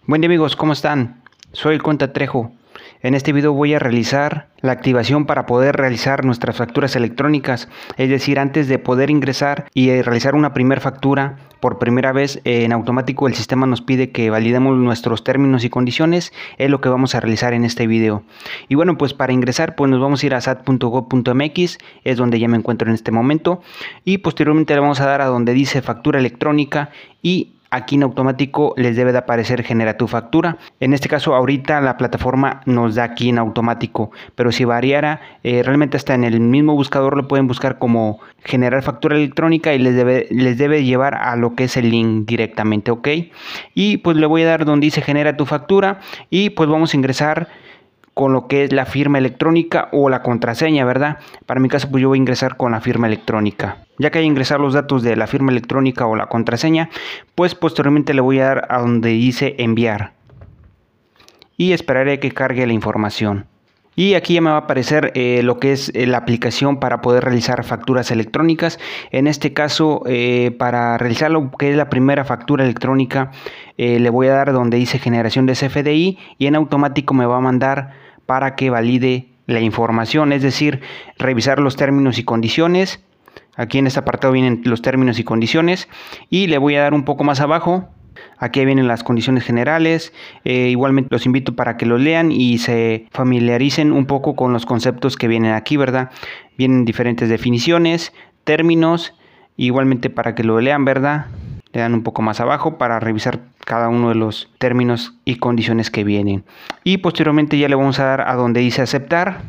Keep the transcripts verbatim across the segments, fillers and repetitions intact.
Buen día amigos, ¿cómo están? Soy el Conta Trejo. En este video voy a realizar la activación para poder realizar nuestras facturas electrónicas, es decir, antes de poder ingresar y eh, realizar una primera factura por primera vez, eh, en automático el sistema nos pide que validemos nuestros términos y condiciones. Es lo que vamos a realizar en este video. Y bueno, pues para ingresar pues nos vamos a ir a sat punto gob punto mx, es donde ya me encuentro en este momento, y posteriormente le vamos a dar a donde dice factura electrónica, y aquí en automático les debe de aparecer genera tu factura. En este caso ahorita la plataforma nos da aquí en automático, pero si variara, eh, realmente hasta en el mismo buscador lo pueden buscar como generar factura electrónica y les debe, les debe llevar a lo que es el link directamente, ok. Y pues le voy a dar donde dice genera tu factura, y pues vamos a ingresar con lo que es la firma electrónica o la contraseña, ¿verdad? Para mi caso pues yo voy a ingresar con la firma electrónica. Ya que hay que ingresar los datos de la firma electrónica o la contraseña, pues posteriormente le voy a dar a donde dice enviar y esperaré que cargue la información. Y aquí ya me va a aparecer eh, lo que es eh, la aplicación para poder realizar facturas electrónicas. En este caso, eh, para realizar lo que es la primera factura electrónica, eh, le voy a dar donde dice generación de C F D I, y en automático me va a mandar para que valide la información, es decir, revisar los términos y condiciones. Aquí en este apartado vienen los términos y condiciones, y le voy a dar un poco más abajo. Aquí vienen las condiciones generales. Eh, igualmente los invito para que lo lean y se familiaricen un poco con los conceptos que vienen aquí, ¿verdad? Vienen diferentes definiciones, términos, igualmente para que lo lean, ¿verdad? Le dan un poco más abajo para revisar cada uno de los términos y condiciones que vienen. Y posteriormente ya le vamos a dar a donde dice aceptar.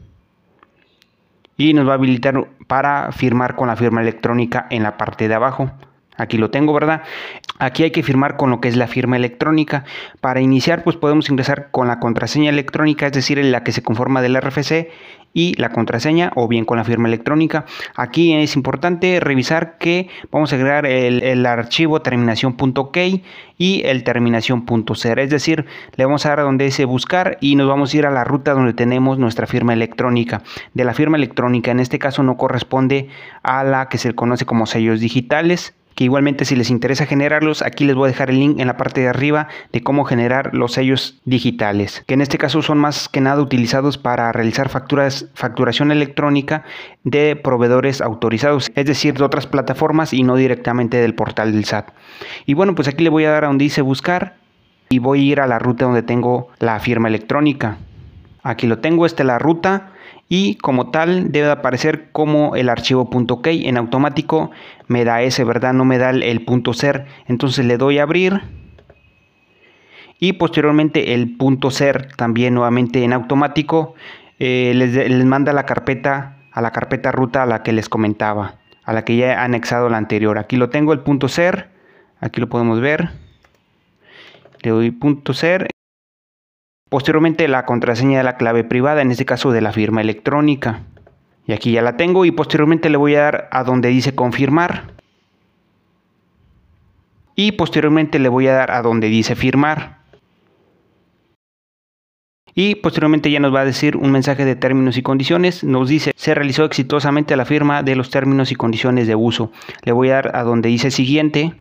Y nos va a habilitar para firmar con la firma electrónica en la parte de abajo. Aquí lo tengo, ¿verdad? Aquí hay que firmar con lo que es la firma electrónica. Para iniciar, pues podemos ingresar con la contraseña electrónica, es decir, la que se conforma del R F C y la contraseña, o bien con la firma electrónica. Aquí es importante revisar que vamos a agregar el, el archivo terminación.key y el terminación.ser, es decir, le vamos a dar a donde dice buscar y nos vamos a ir a la ruta donde tenemos nuestra firma electrónica. De la firma electrónica, en este caso no corresponde a la que se conoce como sellos digitales, que igualmente si les interesa generarlos, aquí les voy a dejar el link en la parte de arriba de cómo generar los sellos digitales, que en este caso son más que nada utilizados para realizar facturas, facturación electrónica de proveedores autorizados, es decir, de otras plataformas y no directamente del portal del S A T. Y bueno, pues aquí le voy a dar a donde dice buscar y voy a ir a la ruta donde tengo la firma electrónica. Aquí lo tengo, esta es la ruta. Y como tal debe aparecer como el archivo .key. En automático me da ese, ¿verdad? No me da el, el .ser. Entonces le doy a abrir. Y posteriormente el .ser también nuevamente en automático eh, les, les manda la carpeta a la carpeta ruta a la que les comentaba, a la que ya he anexado la anterior. Aquí lo tengo el .ser. Aquí lo podemos ver. Le doy .ser. Posteriormente la contraseña de la clave privada, en este caso de la firma electrónica. Y aquí ya la tengo, y posteriormente le voy a dar a donde dice confirmar. Y posteriormente le voy a dar a donde dice firmar. Y posteriormente ya nos va a decir un mensaje de términos y condiciones. Nos dice, se realizó exitosamente la firma de los términos y condiciones de uso. Le voy a dar a donde dice siguiente.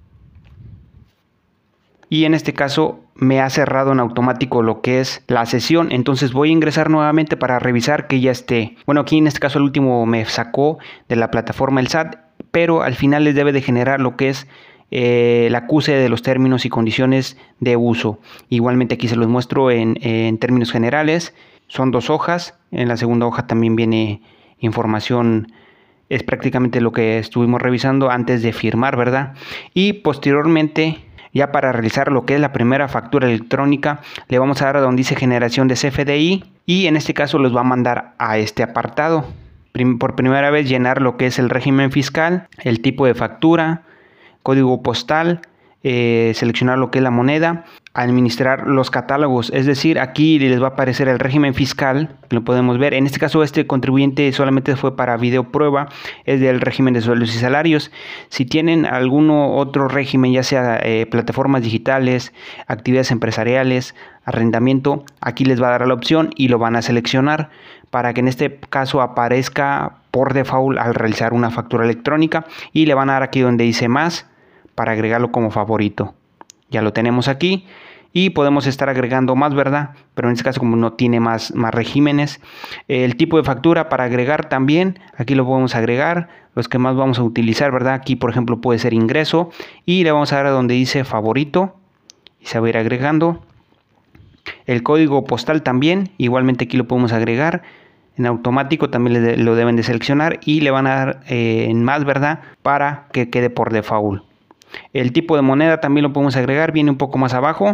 Y en este caso me ha cerrado en automático lo que es la sesión, entonces voy a ingresar nuevamente para revisar que ya esté. Bueno, aquí en este caso el último me sacó de la plataforma el S A T, pero al final les debe de generar lo que es eh, el acuse de los términos y condiciones de uso. Igualmente aquí se los muestro en, en términos generales, son dos hojas. En la segunda hoja también viene información, es prácticamente lo que estuvimos revisando antes de firmar, ¿verdad? Y posteriormente, ya para realizar lo que es la primera factura electrónica, le vamos a dar a donde dice generación de C F D I, y en este caso los va a mandar a este apartado. Por primera vez llenar lo que es el régimen fiscal, el tipo de factura, código postal, eh, seleccionar lo que es la moneda, administrar los catálogos, es decir, aquí les va a aparecer el régimen fiscal, lo podemos ver. En este caso este contribuyente solamente fue para video prueba, es del régimen de sueldos y salarios. Si tienen alguno otro régimen, ya sea eh, plataformas digitales, actividades empresariales, arrendamiento, aquí les va a dar la opción y lo van a seleccionar para que en este caso aparezca por default al realizar una factura electrónica, y le van a dar aquí donde dice más para agregarlo como favorito. Ya lo tenemos aquí, y podemos estar agregando más, ¿verdad? Pero en este caso como no tiene más, más regímenes. El tipo de factura para agregar también, aquí lo podemos agregar, los que más vamos a utilizar, ¿verdad? Aquí por ejemplo puede ser ingreso y le vamos a dar a donde dice favorito y se va a ir agregando. El código postal también, igualmente aquí lo podemos agregar. En automático también lo deben de seleccionar y le van a dar eh, en más, ¿verdad? Para que quede por default. El tipo de moneda también lo podemos agregar, viene un poco más abajo.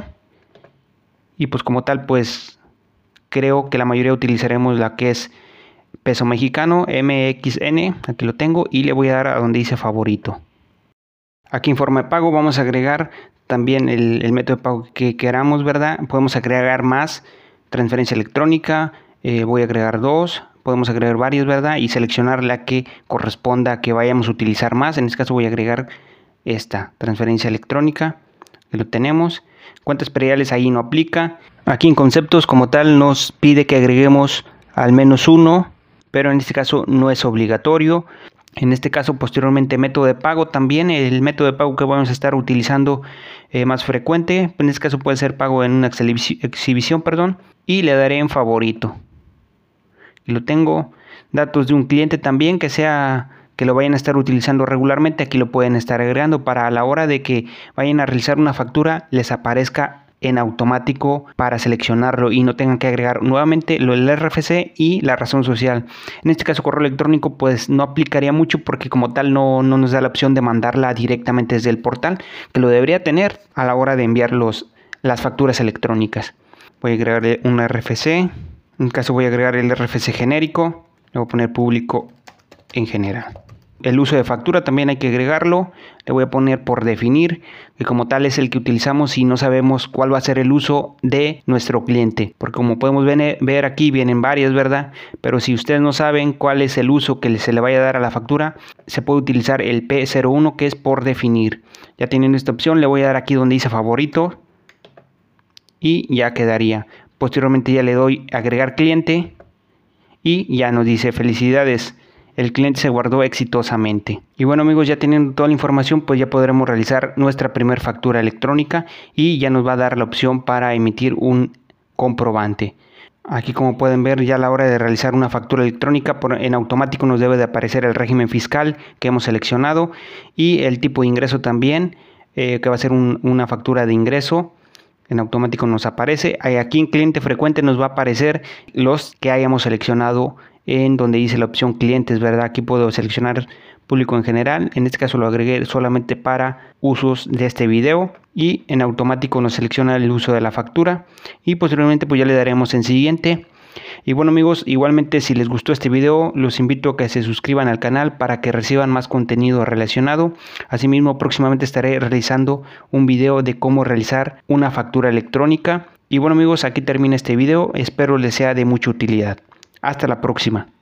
Y pues como tal, pues creo que la mayoría utilizaremos la que es peso mexicano, M X N, aquí lo tengo, y le voy a dar a donde dice favorito. Aquí en forma de pago vamos a agregar también el, el método de pago que queramos, ¿verdad? Podemos agregar más, transferencia electrónica, eh, voy a agregar dos, podemos agregar varios, ¿verdad? Y seleccionar la que corresponda a que vayamos a utilizar más. En este caso voy a agregar esta, transferencia electrónica, que lo tenemos. Cuentas prediales ahí no aplica. Aquí en conceptos como tal nos pide que agreguemos al menos uno, pero en este caso no es obligatorio. En este caso posteriormente método de pago también, el método de pago que vamos a estar utilizando eh, más frecuente, en este caso puede ser pago en una exhibición, perdón, y le daré en favorito. Y lo tengo, datos de un cliente también que sea que lo vayan a estar utilizando regularmente, aquí lo pueden estar agregando para a la hora de que vayan a realizar una factura les aparezca en automático para seleccionarlo y no tengan que agregar nuevamente lo del R F C y la razón social. En este caso correo electrónico pues no aplicaría mucho porque como tal no, no nos da la opción de mandarla directamente desde el portal, que lo debería tener a la hora de enviar los, las facturas electrónicas. Voy a agregarle un R F C, en este caso voy a agregar el R F C genérico, le voy a poner público en general. El uso de factura también hay que agregarlo, le voy a poner por definir, que como tal es el que utilizamos si no sabemos cuál va a ser el uso de nuestro cliente, porque como podemos ver aquí vienen varias, ¿verdad? Pero si ustedes no saben cuál es el uso que se le vaya a dar a la factura, se puede utilizar el P cero uno que es por definir. Ya teniendo esta opción le voy a dar aquí donde dice favorito y ya quedaría. Posteriormente ya le doy agregar cliente y ya nos dice felicidades. El cliente se guardó exitosamente. Y bueno amigos, ya teniendo toda la información, pues ya podremos realizar nuestra primera factura electrónica y ya nos va a dar la opción para emitir un comprobante. Aquí como pueden ver ya a la hora de realizar una factura electrónica por, en automático nos debe de aparecer el régimen fiscal que hemos seleccionado y el tipo de ingreso también, eh, que va a ser un, una factura de ingreso. En automático nos aparece. Aquí en cliente frecuente nos va a aparecer los que hayamos seleccionado en donde dice la opción clientes, ¿verdad? Aquí puedo seleccionar público en general. En este caso lo agregué solamente para usos de este video y en automático nos selecciona el uso de la factura y posteriormente pues ya le daremos en siguiente. Y bueno amigos, igualmente si les gustó este video los invito a que se suscriban al canal para que reciban más contenido relacionado. Asimismo próximamente estaré realizando un video de cómo realizar una factura electrónica. Y bueno amigos, aquí termina este video, espero les sea de mucha utilidad. Hasta la próxima.